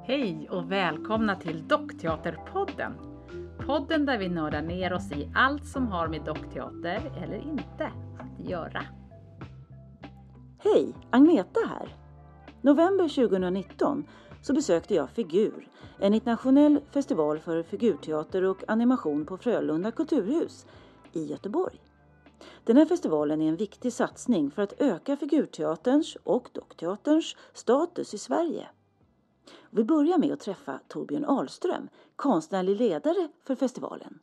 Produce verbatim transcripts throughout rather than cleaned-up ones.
Hej och välkomna till Dockteaterpodden. Podden där vi nördar ner oss i allt som har med dockteater eller inte att göra. Hej, Agneta här. November tjugonitton så besökte jag Figur, en internationell festival för figurteater och animation på Frölunda kulturhus i Göteborg. Den här festivalen är en viktig satsning för att öka figurteaterns och dockteaterns status i Sverige. Vi börjar med att träffa Torbjörn Ahlström, konstnärlig ledare för festivalen.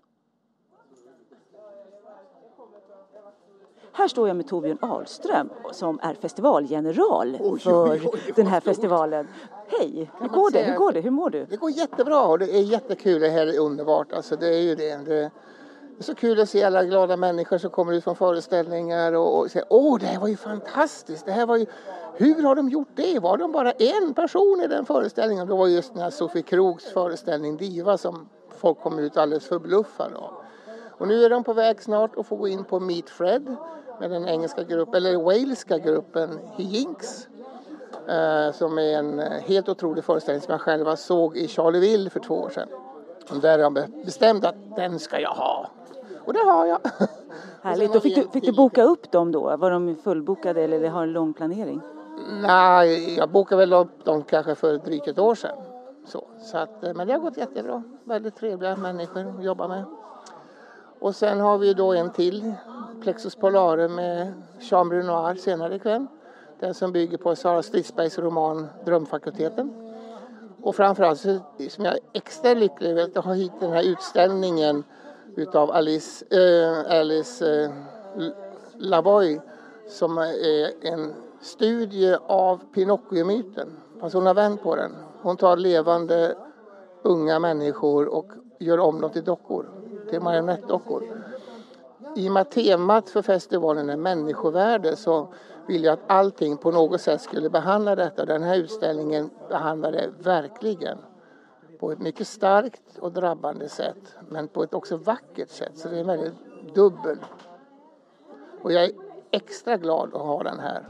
Här står jag med Torbjörn Ahlström som är festivalgeneral oj, för oj, oj, den här festivalen. Hej, hur går det? Hur går det? Hur mår du? Det går jättebra och det är jättekul. Det här är underbart. Alltså, det är ju det. Det är så kul att se alla glada människor som kommer ut från föreställningar och, och säger åh, det här var ju fantastiskt. Det här var ju, hur har de gjort det? Var de bara en person i den föreställningen? Det var just den här Sofie Krogs föreställning Diva som folk kom ut alldeles förbluffade av. Och nu är de på väg snart att få gå in på Meet Fred med den engelska gruppen, eller walesiska gruppen Hijinks. Eh, som är en helt otrolig föreställning som jag själva såg i Charleville för två år sedan. Och där har jag bestämt att den ska jag ha. Och det har jag. Härligt. Och fick, du, fick du boka upp dem då? Var de fullbokade eller har en lång planering? Nej, jag bokade väl upp dem kanske för drygt ett år sedan. Så, så att, men det har gått jättebra. Väldigt trevliga människor att jobba med. Och sen har vi då en till, Plexus Polare med Chambre Noir senare ikväll. Den som bygger på Sara Stridsbergs roman Drömfakulteten. Och framförallt så, som jag är extra lycklig över att ha hit den här utställningen utav Alice, äh, Alice äh, Lavoie som är en studie av Pinocchio-myten. Alltså hon har vänt på den. Hon tar levande unga människor och gör om dem till dockor. Till marionettdockor. I och med temat för festivalen är människovärde så vill jag att allting på något sätt skulle behandla detta. Den här utställningen behandlar det verkligen på ett mycket starkt och drabbande sätt. Men på ett också vackert sätt. Så det är väldigt dubbel. Och jag är extra glad att ha den här.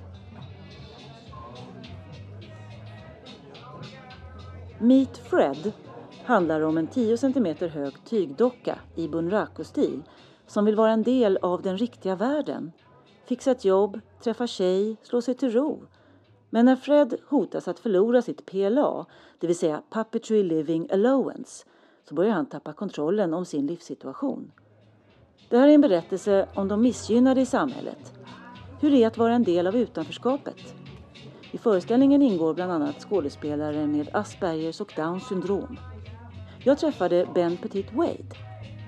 Meet Fred handlar om en tio centimeter hög tygdocka i Bunraku-stil som vill vara en del av den riktiga världen. Fixa ett jobb, träffa tjej, slå sig till ro. Men när Fred hotas att förlora sitt P L A, det vill säga Puppetry Living Allowance, så börjar han tappa kontrollen om sin livssituation. Det här är en berättelse om de missgynnade i samhället. Hur det är att vara en del av utanförskapet. I föreställningen ingår bland annat skådespelare med Aspergers och Downs syndrom. Jag träffade Ben Petit Wade.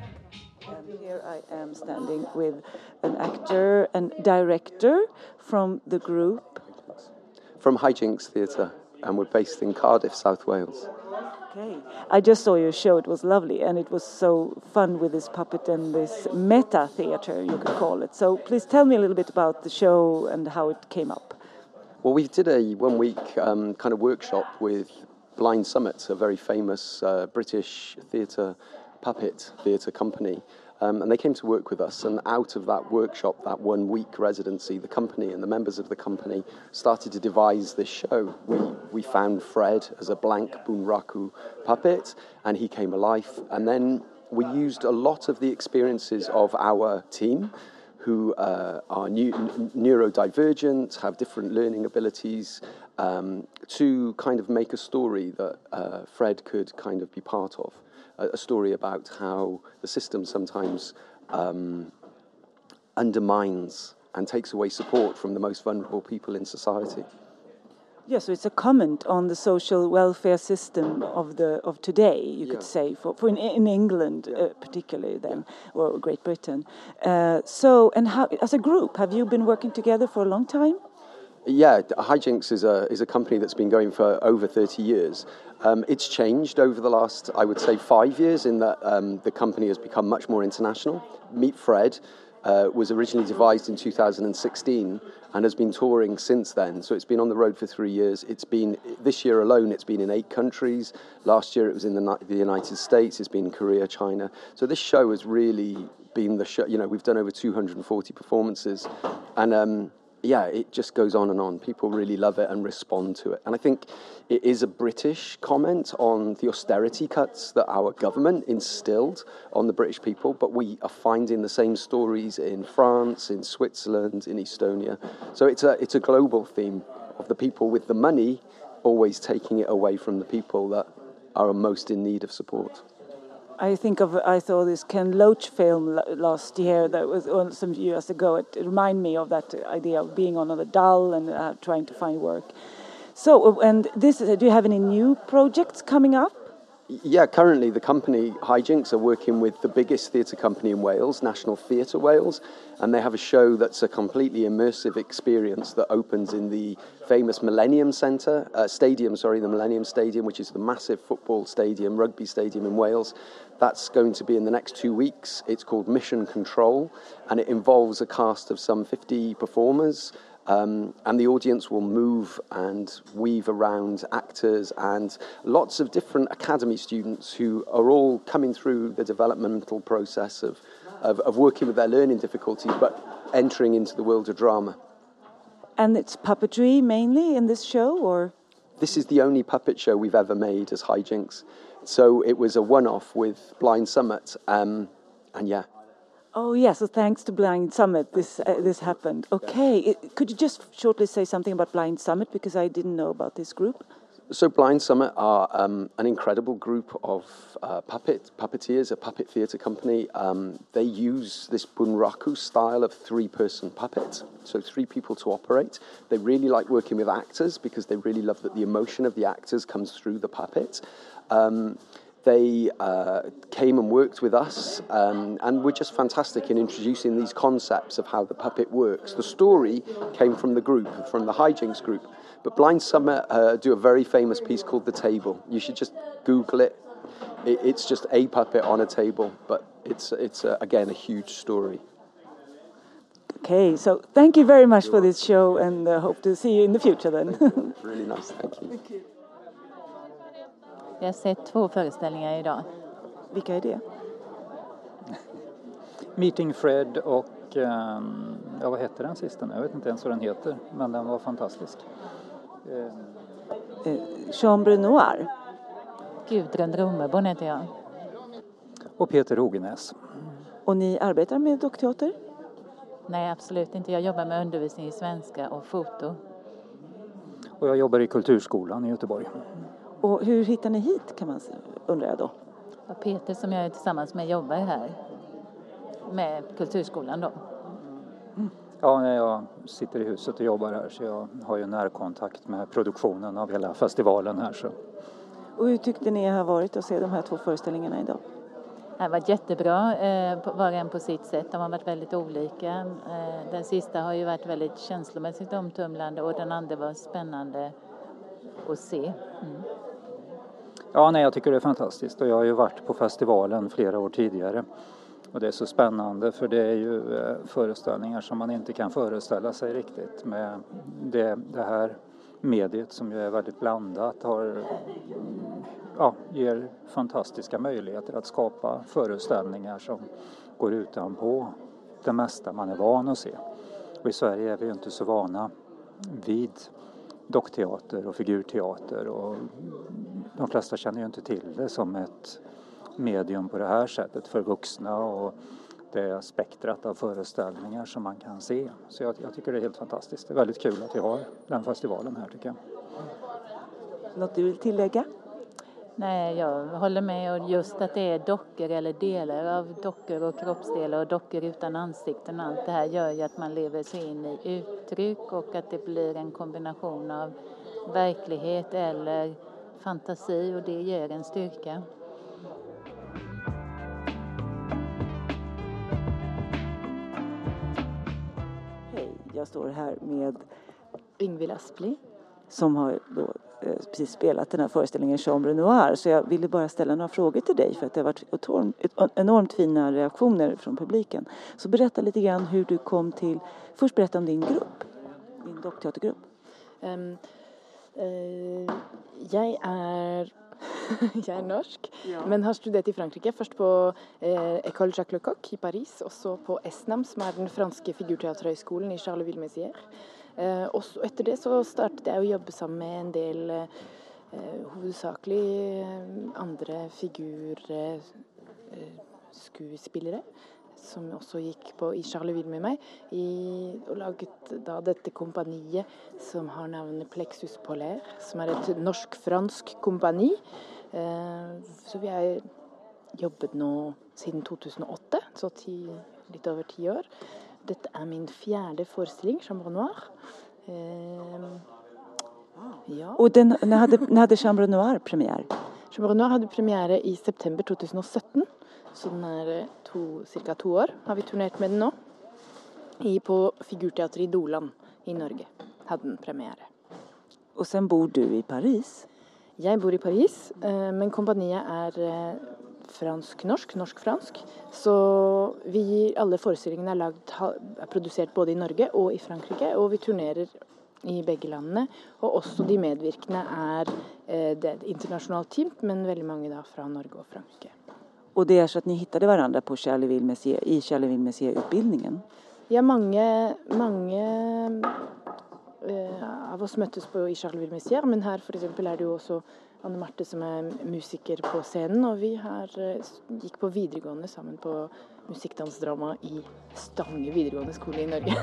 And here I am standing with an actor and director from the group. From Hijinks Theatre, and we're based in Cardiff, South Wales. Okay. I just saw your show. It was lovely, and it was so fun with this puppet and this meta theatre, you could call it. So please tell me a little bit about the show and how it came up. Well, we did a one-week um, kind of workshop with Blind Summit, a very famous uh, British theatre puppet theatre company. Um, and they came to work with us, and out of that workshop, that one-week residency, the company and the members of the company started to devise this show. We we found Fred as a blank Bunraku puppet, and he came alive. And then we used a lot of the experiences of our team, who uh, are new, n- neurodivergent, have different learning abilities, um, to kind of make a story that uh, Fred could kind of be part of. A story about how the system sometimes um, undermines and takes away support from the most vulnerable people in society. Yes, so it's a comment on the social welfare system of the of today, you Yeah. could say, for, for in, in England Yeah. uh, particularly then, or Great Britain. Uh, so, and how, as a group, have you been working together for a long time? Yeah, Hijinks is a is a company that's been going for over thirty years. Um, it's changed over the last, I would say, five years in that um, the company has become much more international. Meet Fred uh, was originally devised in two thousand sixteen and has been touring since then. So it's been on the road for three years. It's been, this year alone, it's been in eight countries. Last year it was in the, the United States. It's been in Korea, China. So this show has really been the show, you know, we've done over two hundred forty performances. And um, yeah, it just goes on and on. People really love it and respond to it. And I think it is a British comment on the austerity cuts that our government instilled on the British people, but we are finding the same stories in France, in Switzerland, in Estonia. So it's a it's a global theme of the people with the money always taking it away from the people that are most in need of support. I think of I saw this Ken Loach film last year that was on some years ago. It reminded me of that idea of being on the dull and uh, trying to find work. So, and this, do you have any new projects coming up? Yeah, currently the company Hijinks are working with the biggest theatre company in Wales, National Theatre Wales, and they have a show that's a completely immersive experience that opens in the famous Millennium Centre, uh, Stadium, sorry, the Millennium Stadium, which is the massive football stadium, rugby stadium in Wales. That's going to be in the next two weeks. It's called Mission Control, and it involves a cast of some fifty performers. Um, and the audience will move and weave around actors and lots of different academy students who are all coming through the developmental process of, of, of working with their learning difficulties, but entering into the world of drama. And it's puppetry mainly in this show, or? This is the only puppet show we've ever made as Hijinks. So it was a one-off with Blind Summit, um, and yeah. Oh, yeah, so thanks to Blind Summit, this uh, this happened. Okay, it, could you just shortly say something about Blind Summit, because I didn't know about this group? So Blind Summit are um, an incredible group of uh, puppet puppeteers, a puppet theatre company. Um, they use this bunraku style of three-person puppet, so three people to operate. They really like working with actors because they really love that the emotion of the actors comes through the puppet. Um, They uh, came and worked with us, um, and were just fantastic in introducing these concepts of how the puppet works. The story came from the group, from the Hijinks group, but Blind Summit uh, do a very famous piece called The Table. You should just Google it. it it's just a puppet on a table, but it's, it's uh, again, a huge story. Okay, so thank you very much for this show, and uh, hope to see you in the future then. Really nice, thank you. Thank you. Jag har sett två föreställningar idag. Vilka är det? Meeting Fred och, um, ja, vad heter den sista? Jag vet inte ens vad den heter, men den var fantastisk. Eh, Chambre Noir. Gudrun Romerborn heter jag. Och Peter Hogenäs. Och ni arbetar med dockteater? Nej, absolut inte. Jag jobbar med undervisning i svenska och foto. Och jag jobbar i Kulturskolan i Göteborg. Och hur hittar ni hit, kan man undra då? Och Peter som jag är tillsammans med jobbar här med Kulturskolan då. Mm. Ja, jag sitter i huset och jobbar här, så jag har ju närkontakt med produktionen av hela festivalen här. Så. Och hur tyckte ni har varit att se de här två föreställningarna idag? Det har varit jättebra, eh, var en på sitt sätt. De har varit väldigt olika. Eh, den sista har ju varit väldigt känslomässigt omtumlande och den andra var spännande att se. Mm. Ja, nej, jag tycker det är fantastiskt, och jag har ju varit på festivalen flera år tidigare. Och det är så spännande, för det är ju eh, föreställningar som man inte kan föreställa sig riktigt med det, det här mediet som ju är väldigt blandat, har, ja, ger fantastiska möjligheter att skapa föreställningar som går utanpå det mesta man är van att se. Och i Sverige är vi ju inte så vana vid dockteater och figurteater, och de flesta känner ju inte till det som ett medium på det här sättet för vuxna, och det spektrat av föreställningar som man kan se. Så jag, jag tycker det är helt fantastiskt. Det är väldigt kul att vi har den festivalen här, tycker jag. Något du vill tillägga? Nej, jag håller med, och just att det är dockor eller delar av dockor och kroppsdelar och dockor utan ansikten, allt det här gör ju att man lever sig in i uttryck, och att det blir en kombination av verklighet eller fantasi, och det ger en styrka. Hej, jag står här med Ingvild Aspli, som har då eh, precis spelat den här föreställningen Chambre Noir. Så jag ville bara ställa några frågor till dig, för att det har varit enormt fina reaktioner från publiken. Så berätta lite grann hur du kom till, först berätta om din grupp, din dockteatergrupp. Um, uh, jag är Jag är norsk, ja. Men har studerat i Frankrike. Först på eh, École Jacques Lecoq i Paris och så på E S N A M som är den franska figurteaterhögskolan i Charleville-Mézières. Eh, och så, efter det så startade jag att jobba sammen med en del eh, huvudsakligen eh, andra figur eh, skuespillere som också gick på i Charleville med mig i, och laget da dette kompaniet som har navnet Plexus Polaire, som är ett norsk-fransk kompani. Eh, så vi har jobbat nu sedan tjugohundraåtta, så tio, lite över tio år. Detta är min fjärde föreställning, Chambre Noire. Eh, ja. Och den, när, hade, när hade Chambre Noire premiär? Chambre Noire hade premiär i september tjugohundrasjutton. Så den är to, cirka två år har vi turnerat med den nu. I, på Figurteater i Dolan i Norge hade den premiär. Och sen bor du i Paris? Jag bor i Paris, men kompaniet är fransk-norsk, norsk-fransk. Så vi, alla föreställningarna är, lagd, är producerat både i Norge och i Frankrike. Och vi turnerar i bägge länderna. Och också de medverkande är det är ett internationellt team, men väldigt många då från Norge och Frankrike. Och det är så att ni hittade varandra på Charleville-Mézières, i Charleville-Mézières-utbildningen? Ja, många, många eh, av oss möttes på i Charleville-Mézières, men här för exempel är det ju också Anne Marte som är musiker på scenen, och vi har eh, gick på videregående sammen på musikdansdrama i Stange videregående skola i Norge.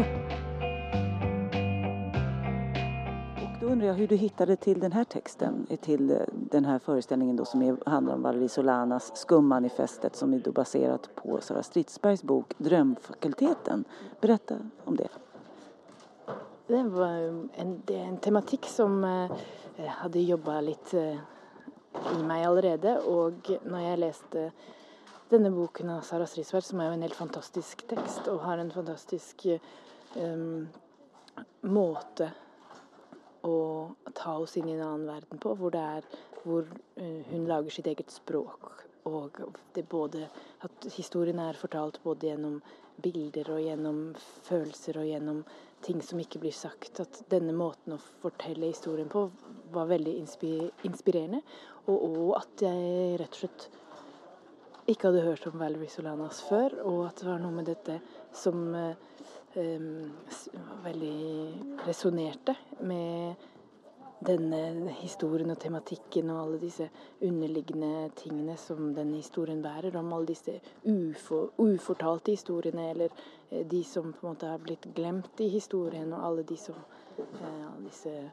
Då undrar jag hur du hittade till den här texten, till den här föreställningen då som är, handlar om Valerie Solanas Skummanifestet, som är då baserat på Sara Stridsbergs bok Drömfakulteten. Berätta om det. Det var en, det är en tematik som eh, hade jobbat lite eh, i mig allerede, och när jag läste denna boken av Sara Stridsberg, som är en helt fantastisk text och har en fantastisk eh, måte och ta oss in i en annan värld på, hvor det är hvor uh, hon lager sitt eget språk, och det är både att historien är fortalt både genom bilder och genom känslor och genom ting som inte blir sagt, att denna måten att fortälla historien på var väldigt inspir- inspirerande, och, och att jag rätt och slett inte hade hört om Valerie Solanas för, och att det var något med detta som uh, Um, väldigt resonerade med den uh, historien och tematiken och alla dessa underliggande tingene som den historien bärer, om alla dessa ufo, ufortalte historierna, eller uh, de som på något har blivit glömt i historien, och alla de som uh, alla dessa uh,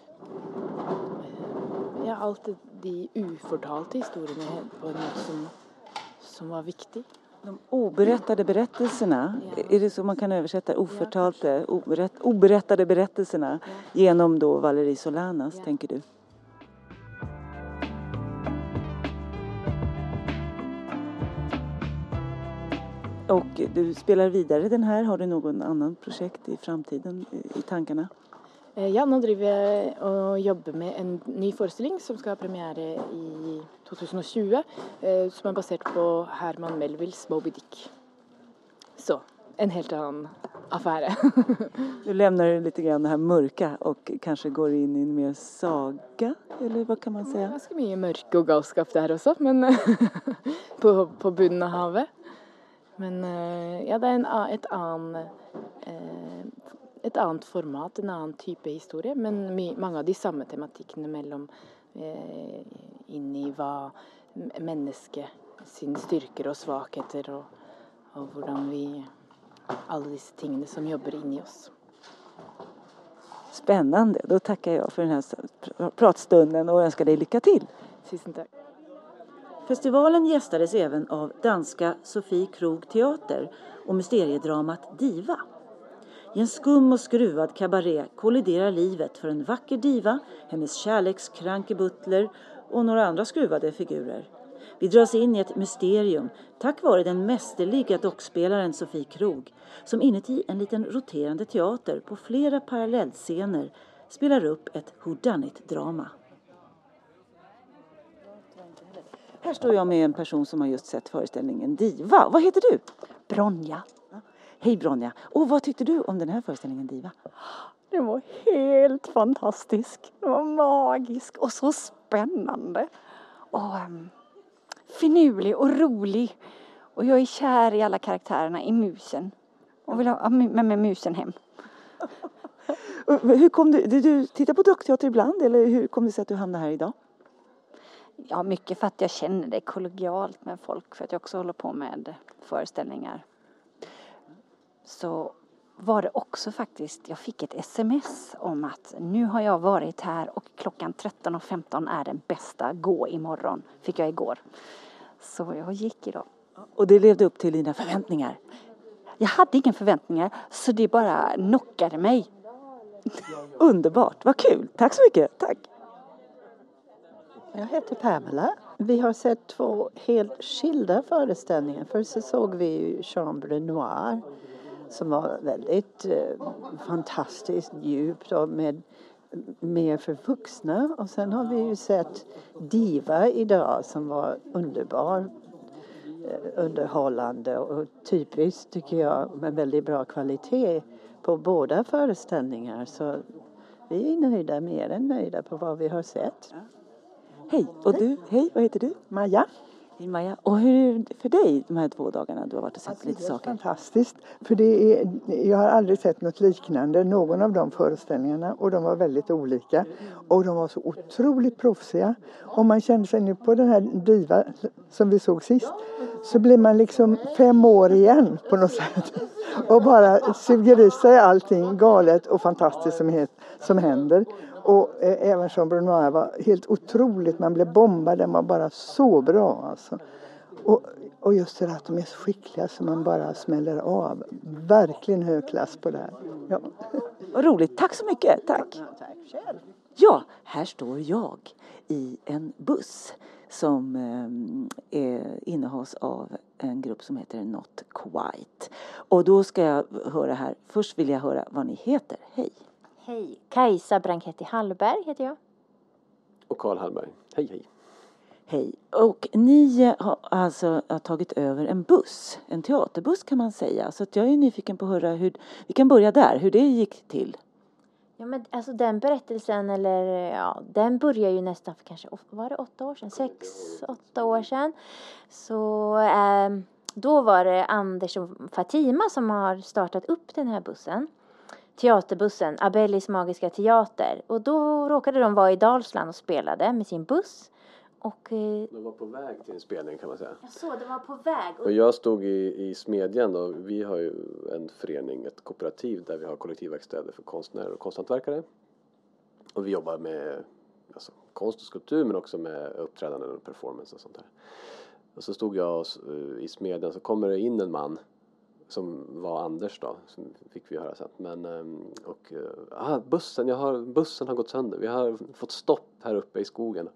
ja, allt de ufortalte historierna på något som som var viktigt. De oberättade berättelserna, ja. Är det så man kan översätta oförtalte, oberätt, oberättade berättelserna, ja. Genom då Valerie Solanas, ja. Tänker du? Och du spelar vidare den här, har du någon annan projekt i framtiden i tankarna? Ja, nu driver jag och jobbar med en ny föreställning som ska ha premiär i tjugohundratjugo, eh, som är baserad på Herman Melvilles Moby Dick. Så, en helt annan affär. Du lämnar lite grann det här mörka och kanske går in i en mer saga, eller vad kan man säga? Ja, ganska mycket mörk och galskap där också, men på, på bunnen av havet. Men ja, det är en, ett annan... Eh, ett annat format, en annan typ av historia, men många av de samma tematikerna mellan eh, in i vad människa sin styrkor och svagheter, och, och hur vi alla dessa tingene som jobbar in i oss. Spännande, då tackar jag för den här pratstunden och önskar dig lycka till. Tusen tack. Festivalen gästades även av danska Sofie Krog Teater och mysteriedramat Diva. I en skum och skruvad kabaré kolliderar livet för en vacker diva, hennes kärlekskranke butler och några andra skruvade figurer. Vi dras in i ett mysterium tack vare den mästerliga dockspelaren Sofie Krog, som inuti en liten roterande teater på flera parallellscener spelar upp ett whodunit-drama. Här står jag med en person som har just sett föreställningen Diva. Vad heter du? Bronja. Hej Bronja. Och vad tyckte du om den här föreställningen Diva? Den var helt fantastisk. Den var magisk och så spännande. och um, finurlig och rolig. Och jag är kär i alla karaktärerna i musen. Och vill ha med mig musen hem. Hur kom du, du, du tittar på dockteater ibland eller hur kom det sig att du hamnade här idag? Ja, mycket för att jag känner det kollegialt med folk. För att jag också håller på med föreställningar. Så var det också faktiskt, jag fick ett sms om att nu har jag varit här och klockan tretton och femton är den bästa, gå imorgon. Fick jag igår. Så jag gick idag. Och det levde upp till dina förväntningar? Jag hade inga förväntningar så det bara knockade mig. Underbart, vad kul. Tack så mycket, tack. Jag heter Pamela. Vi har sett två helt skilda föreställningar. Först så såg vi Chambre Noire som var väldigt eh, fantastiskt djupt och med mer för vuxna. Och sen har vi ju sett Diva idag som var underbar, eh, underhållande och typiskt tycker jag med väldigt bra kvalitet på båda föreställningar. Så vi är nöjda, mer än nöjda på vad vi har sett. Hej, och du, hej, vad heter du? Maja. Hej Maja, och hur är det för dig de här två dagarna du har varit och sett alltså, lite det är saker? Fantastiskt, för det är, jag har aldrig sett något liknande, någon av de föreställningarna, och de var väldigt olika och de var så otroligt proffsiga. Om man kände sig nu på den här Diva som vi såg sist så blir man liksom fem år igen på något sätt och bara suger i sig allting galet och fantastiskt som, som händer. Och eh, även Chambre Noire var helt otroligt. Man blev bombad. Den var bara så bra. Alltså. Och, och just det att de är så skickliga så man bara smäller av. Verkligen hög klass på det här. Ja. Vad roligt. Tack så mycket. Tack. Ja, här står jag i en buss som eh, är innehas av en grupp som heter Not Quite. Och då ska jag höra här. Först vill jag höra vad ni heter. Hej. Hej, Kajsa Branketti Hallberg heter jag. Och Karl Hallberg. Hej, hej. Hej. Och ni har alltså har tagit över en buss. En teaterbuss kan man säga. Så att jag är nyfiken på att höra hur... Vi kan börja där. Hur det gick till. Ja, men alltså den berättelsen, eller ja, den börjar ju nästan för kanske, var det åtta år sedan? Sex, åtta år sedan. Så eh, då var det Anders och Fatima som har startat upp den här bussen. Teaterbussen, Abellis magiska teater. Och då råkade de vara i Dalsland och spelade med sin buss. Och, eh, de var på väg till en spelning kan man säga. Jag såg, de var på väg. Och jag stod i, i Smedjan då. Vi har ju en förening, ett kooperativ där vi har kollektivverkstäder för konstnärer och konsthantverkare. Och vi jobbar med alltså, konst och skulptur men också med uppträdanden och performance och sånt där. Och så stod jag i Smedjan, så kommer det in en man som var Anders då, som fick vi höra sen. Men, och, ah, bussen, jag har, bussen har gått sönder. Vi har fått stopp här uppe i skogen.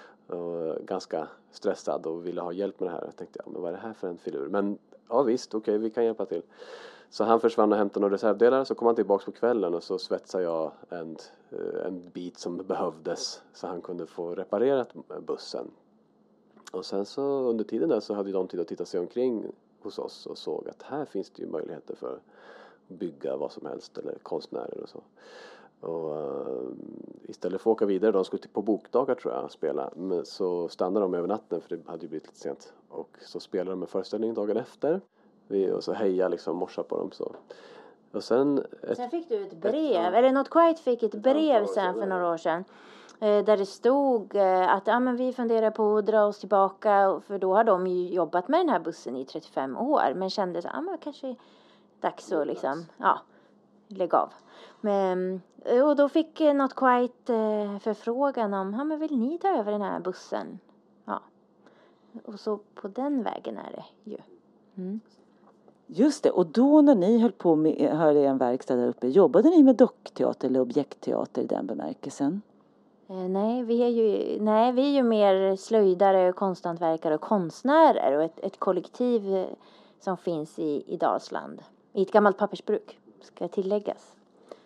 Och ganska stressad och ville ha hjälp med det här. Jag tänkte, ja, men vad är det här för en filur? Men ja visst, okej, okay, vi kan hjälpa till. Så han försvann och hämtade några reservdelar. Så kom han tillbaka på kvällen och så svetsade jag en, en bit som behövdes. Så han kunde få reparerat bussen. Och sen så under tiden där så hade de tid att titta sig omkring hos oss och såg att här finns det ju möjligheter för att bygga vad som helst eller konstnärer och så. Och uh, istället för att åka vidare, de skulle på bokdagar tror jag spela, men så stannade de över natten för det hade ju blivit lite sent. Och så spelade de en föreställning dagen efter. Vi, och så heja liksom, morsa på dem så. Och sen, ett, sen fick du ett brev, ett, eller Not Quite fick ett brev sen för några år sedan. Där det stod att ja, men vi funderar på att dra oss tillbaka. För då har de ju jobbat med den här bussen i trettiofem år. Men kände så ja, men kanske är dags att liksom, ja, lägga av. Men, och då fick Not Quite förfrågan om ja, men vill ni ta över den här bussen? Ja. Och så på den vägen är det ju. Mm. Just det, och då när ni höll på med här i en verkstad där uppe, jobbade ni med dockteater eller objektteater i den bemärkelsen? Nej, vi är ju, nej, vi är ju mer slöjdare, konsthantverkare och konstnärer och ett, ett kollektiv som finns i, i Dalsland. I ett gammalt pappersbruk, ska tilläggas.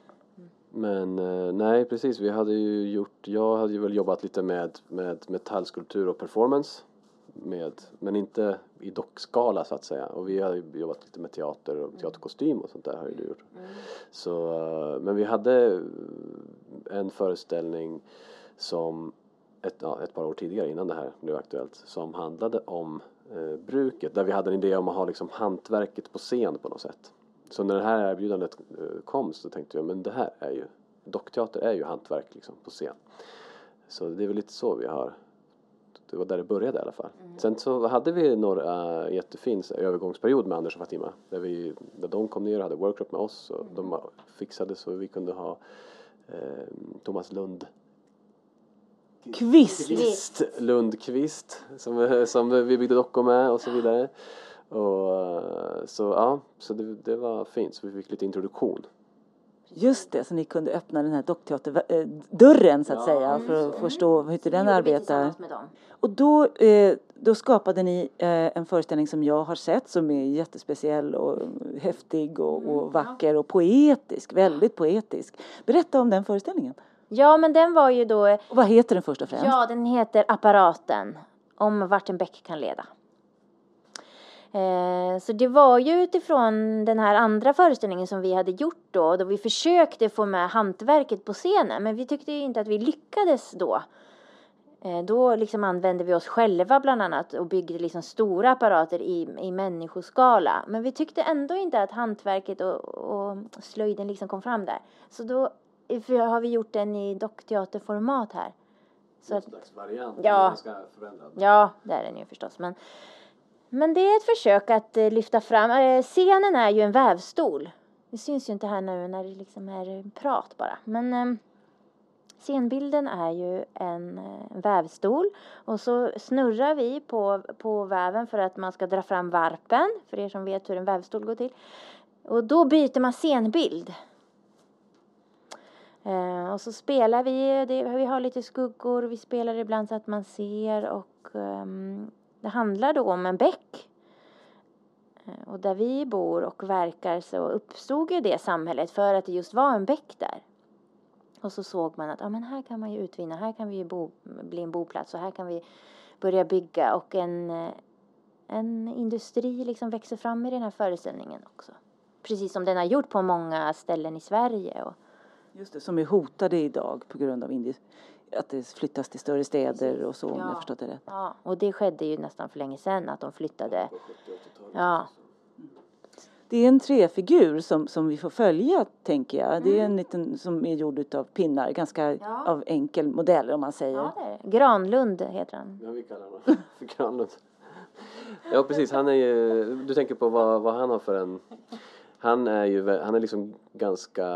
Men nej, precis. Vi hade ju gjort, jag hade ju väl jobbat lite med, med metallskulptur och performance. Med, men inte i dockskala så att säga. Och vi hade jobbat lite med teater och teaterkostym och sånt där har ju du gjort. Mm. Så, men vi hade en föreställning som ett, ja, ett par år tidigare innan det här blev aktuellt som handlade om eh, bruket. Där vi hade en idé om att ha liksom hantverket på scen på något sätt. Så när det här erbjudandet eh, kom så tänkte jag, men det här är ju, dockteater är ju hantverk liksom, på scen. Så det är väl lite så vi har, det var där det började i alla fall. Mm. Sen så hade vi några jättefin övergångsperiod med Anders och Fatima. Där, vi, där de kom ner och hade workshop med oss. Och mm. de fixade så vi kunde ha eh, Thomas Lund Kvist. Kvist Lundqvist som, som vi byggde dockor med och så vidare. Och, så ja, så det, det var fint. Så vi fick lite introduktion. Just det, så ni kunde öppna den här dockteaterdörren så att ja, säga för att mm. förstå hur den arbetar. Och då, eh, då skapade ni eh, en föreställning som jag har sett som är jättespeciell och häftig och, mm. och vacker och poetisk, väldigt poetisk. Berätta om den föreställningen. Ja, men den var ju då... Och vad heter den först och främst? Ja, den heter Apparaten, om vart en bäck kan leda. Eh, så det var ju utifrån den här andra föreställningen som vi hade gjort då. Då vi försökte få med hantverket på scenen. Men vi tyckte inte att vi lyckades då. Eh, då liksom använde vi oss själva bland annat. Och byggde liksom stora apparater i, i människoskala. Men vi tyckte ändå inte att hantverket och, och slöjden liksom kom fram där. Så då har vi gjort den i dockteaterformat här. Så en slags variant. Ja, ja, det är den ju förstås. Men... Men det är ett försök att lyfta fram. Scenen är ju en vävstol. Det syns ju inte här nu när det liksom är prat bara. Men eh, scenbilden är ju en eh, vävstol. Och så snurrar vi på, på väven för att man ska dra fram varpen. För er som vet hur en vävstol går till. Och då byter man scenbild. Eh, och så spelar vi. Det, vi har lite skuggor. Vi spelar ibland så att man ser och... Eh, Det handlar då om en bäck. Och där vi bor och verkar så uppstod ju det samhället för att det just var en bäck där. Och så såg man att ja, men här kan man ju utvinna, här kan vi ju bo, bli en boplats och här kan vi börja bygga. Och en, en industri liksom växer fram i den här föreställningen också. Precis som den har gjort på många ställen i Sverige. Och... Just det, som är hotade idag på grund av industri. Att det flyttas till större städer och så, om ja. jag förstått det rätt. Ja, och det skedde ju nästan för länge sedan att de flyttade. Ja. Det är en träfigur som, som vi får följa, tänker jag. Mm. Det är en liten som är gjord av pinnar, ganska ja. av enkel modell om man säger. Ja, det är det. Granlund heter han. Ja, vi kallar honom för Granlund. Ja, precis. Han är ju, du tänker på vad, vad han har för en... Han är ju han är liksom ganska...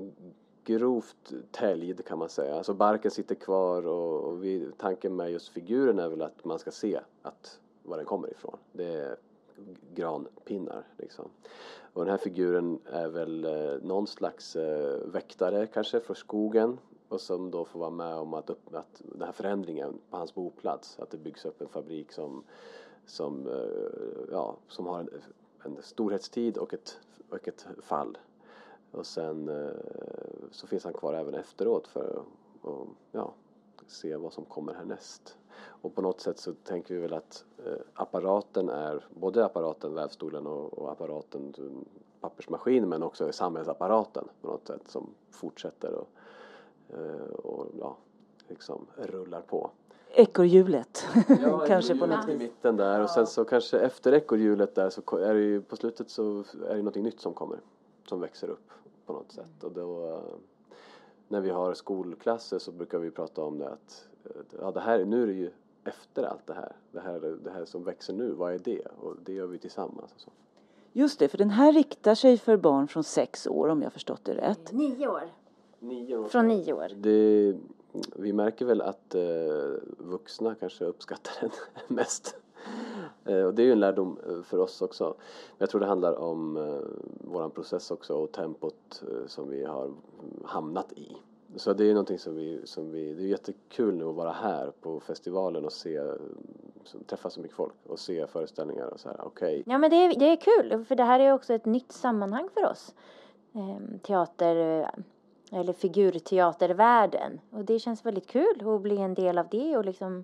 grovt täljd kan man säga. Alltså barken sitter kvar och, och vi, tanken med just figuren är väl att man ska se att var den kommer ifrån. Det är granpinnar liksom. Och den här figuren är väl eh, någon slags eh, väktare kanske för skogen och som då får vara med om att, upp, att den här förändringen på hans boplats, att det byggs upp en fabrik som som, eh, ja, som har en, en storhetstid och ett, och ett fall. Och sen eh, så finns han kvar även efteråt för att och, ja, se vad som kommer härnäst. Och på något sätt så tänker vi väl att eh, apparaten är, både apparaten, vävstolen och, och apparaten, pappersmaskin, men också samhällsapparaten på något sätt som fortsätter och, eh, och ja, liksom rullar på. Ekorrhjulet ja, kanske på något vis. I mitten där och sen så kanske efter ekorrhjulet där så är det ju på slutet så är det något nytt som kommer. Som växer upp på något sätt. Och då, när vi har skolklasser så brukar vi prata om det att ja, det här, nu är det ju efter allt det här. Det här, det här som växer nu, vad är det? Och det gör vi tillsammans. Och så. Just det, för den här riktar sig för barn från sex år om jag förstått det rätt. Nio år. Nio år. Från nio år. Det, vi märker väl att eh, vuxna kanske uppskattar den mest. Och det är ju en lärdom för oss också. Men jag tror det handlar om uh, våran process också och tempot uh, som vi har hamnat i. Så det är någonting som vi, som vi, det är jättekul nu att vara här på festivalen och se, som, träffa så mycket folk och se föreställningar och så här, okej. Okay. Ja, men det är, det är kul, för det här är också ett nytt sammanhang för oss. Ehm, teater, eller figurteatervärlden. Och det känns väldigt kul att bli en del av det och liksom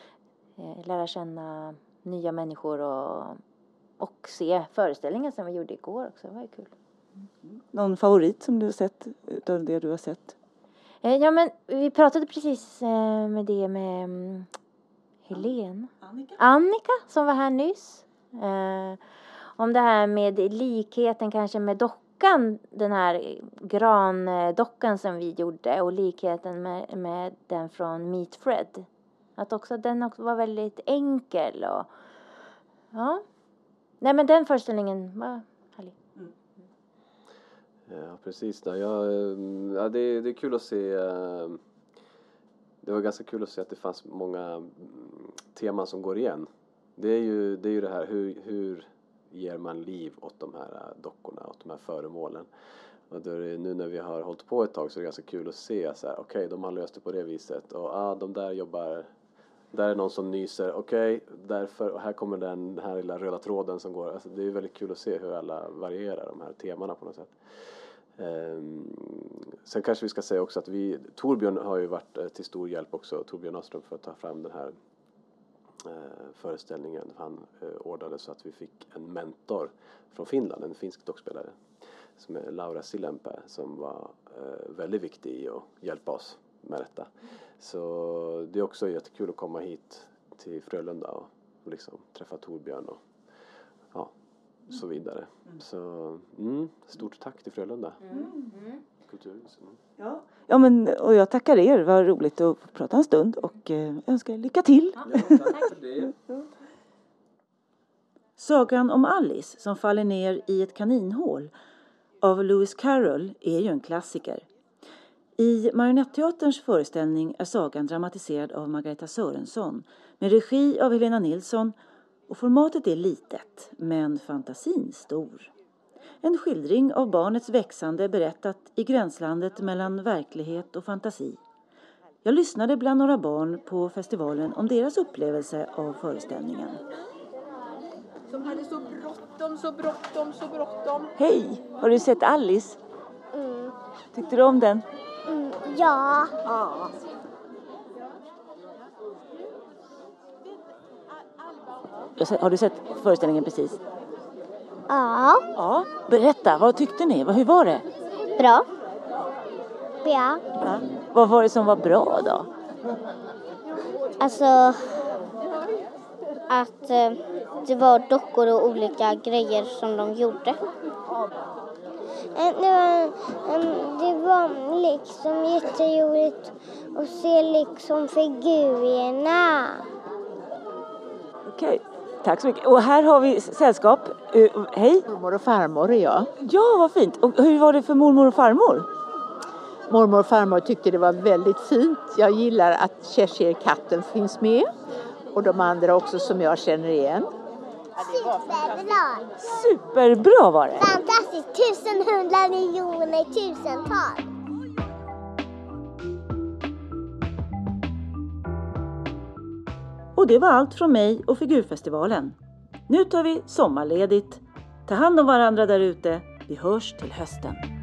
eh, lära känna nya människor och, och se föreställningen som vi gjorde igår också. Det var ju kul. Någon favorit som du har sett av det du har sett? Ja, men vi pratade precis med det med um, Helene. Annika. Annika som var här nyss. Eh, om det här med likheten kanske med dockan. Den här grandockan som vi gjorde. Och likheten med, med den från Meet Fred. Att också den också var väldigt enkel. Och, ja. Nej, men den föreställningen var härlig. Mm. Ja, precis. Då. Jag, ja, det, det är kul att se. Det var ganska kul att se att det fanns många teman som går igen. Det är ju det, är ju det här, hur, hur ger man liv åt de här dockorna, åt de här föremålen. Och då är det, nu när vi har hållit på ett tag så är det ganska kul att se så här, okej, okay, de har löst det på det viset. Och ah, de där jobbar, där är någon som nyser, okej, okay, därför, och här kommer den, den här lilla röda tråden som går. Alltså, det är väldigt kul att se hur alla varierar de här temana på något sätt. Um, sen kanske vi ska säga också att vi, Torbjörn har ju varit uh, till stor hjälp också, Torbjörn Öström, för att ta fram den här uh, föreställningen. Han uh, ordnade så att vi fick en mentor från Finland, en finsk dockspelare som är Laura Silempä, som var uh, väldigt viktig i att hjälpa oss med detta. Så det är också jättekul att komma hit till Frölunda och, och liksom träffa Torbjörn och ja, så vidare. Mm. Så mm, stort tack till Frölunda. Mm. Kulturhuset. Mm. Ja. Ja, men och jag tackar er. Vad roligt att få prata en stund och eh, önskar er lycka till. Ja, tack för det. Sagan om Alice som faller ner i ett kaninhål av Lewis Carroll är ju en klassiker. I Marionetteaterns föreställning är sagan dramatiserad av Margareta Sörensson med regi av Helena Nilsson, och formatet är litet men fantasin stor. En skildring av barnets växande berättat i gränslandet mellan verklighet och fantasi. Jag lyssnade bland några barn på festivalen om deras upplevelse av föreställningen. Som hade så bråttom, så bråttom, så bråttom. Hej, har du sett Alice? Mm. Tyckte du om den? Mm, ja. Ja. Har du sett föreställningen precis? Ja. Ja. Berätta, vad tyckte ni? Hur var det? Bra. Ja. Ja. Vad var det som var bra då? Alltså att eh, det var dockor och olika grejer som de gjorde. Det var, det var liksom jätteroligt att se liksom figurerna. Okej, tack så mycket. Och här har vi sällskap. Uh, hej. Mormor och farmor är jag. Ja, vad fint. Och hur var det för mormor och farmor? Mormor och farmor tyckte det var väldigt fint. Jag gillar att Cheshire-katten finns med. Och de andra också som jag känner igen. Superbra. Superbra var det. Fantastiskt. Tusen hundra miljoner tusental. Och det var allt från mig och Figurfestivalen. Nu tar vi sommarledigt. Ta hand om varandra där ute. Vi hörs till hösten.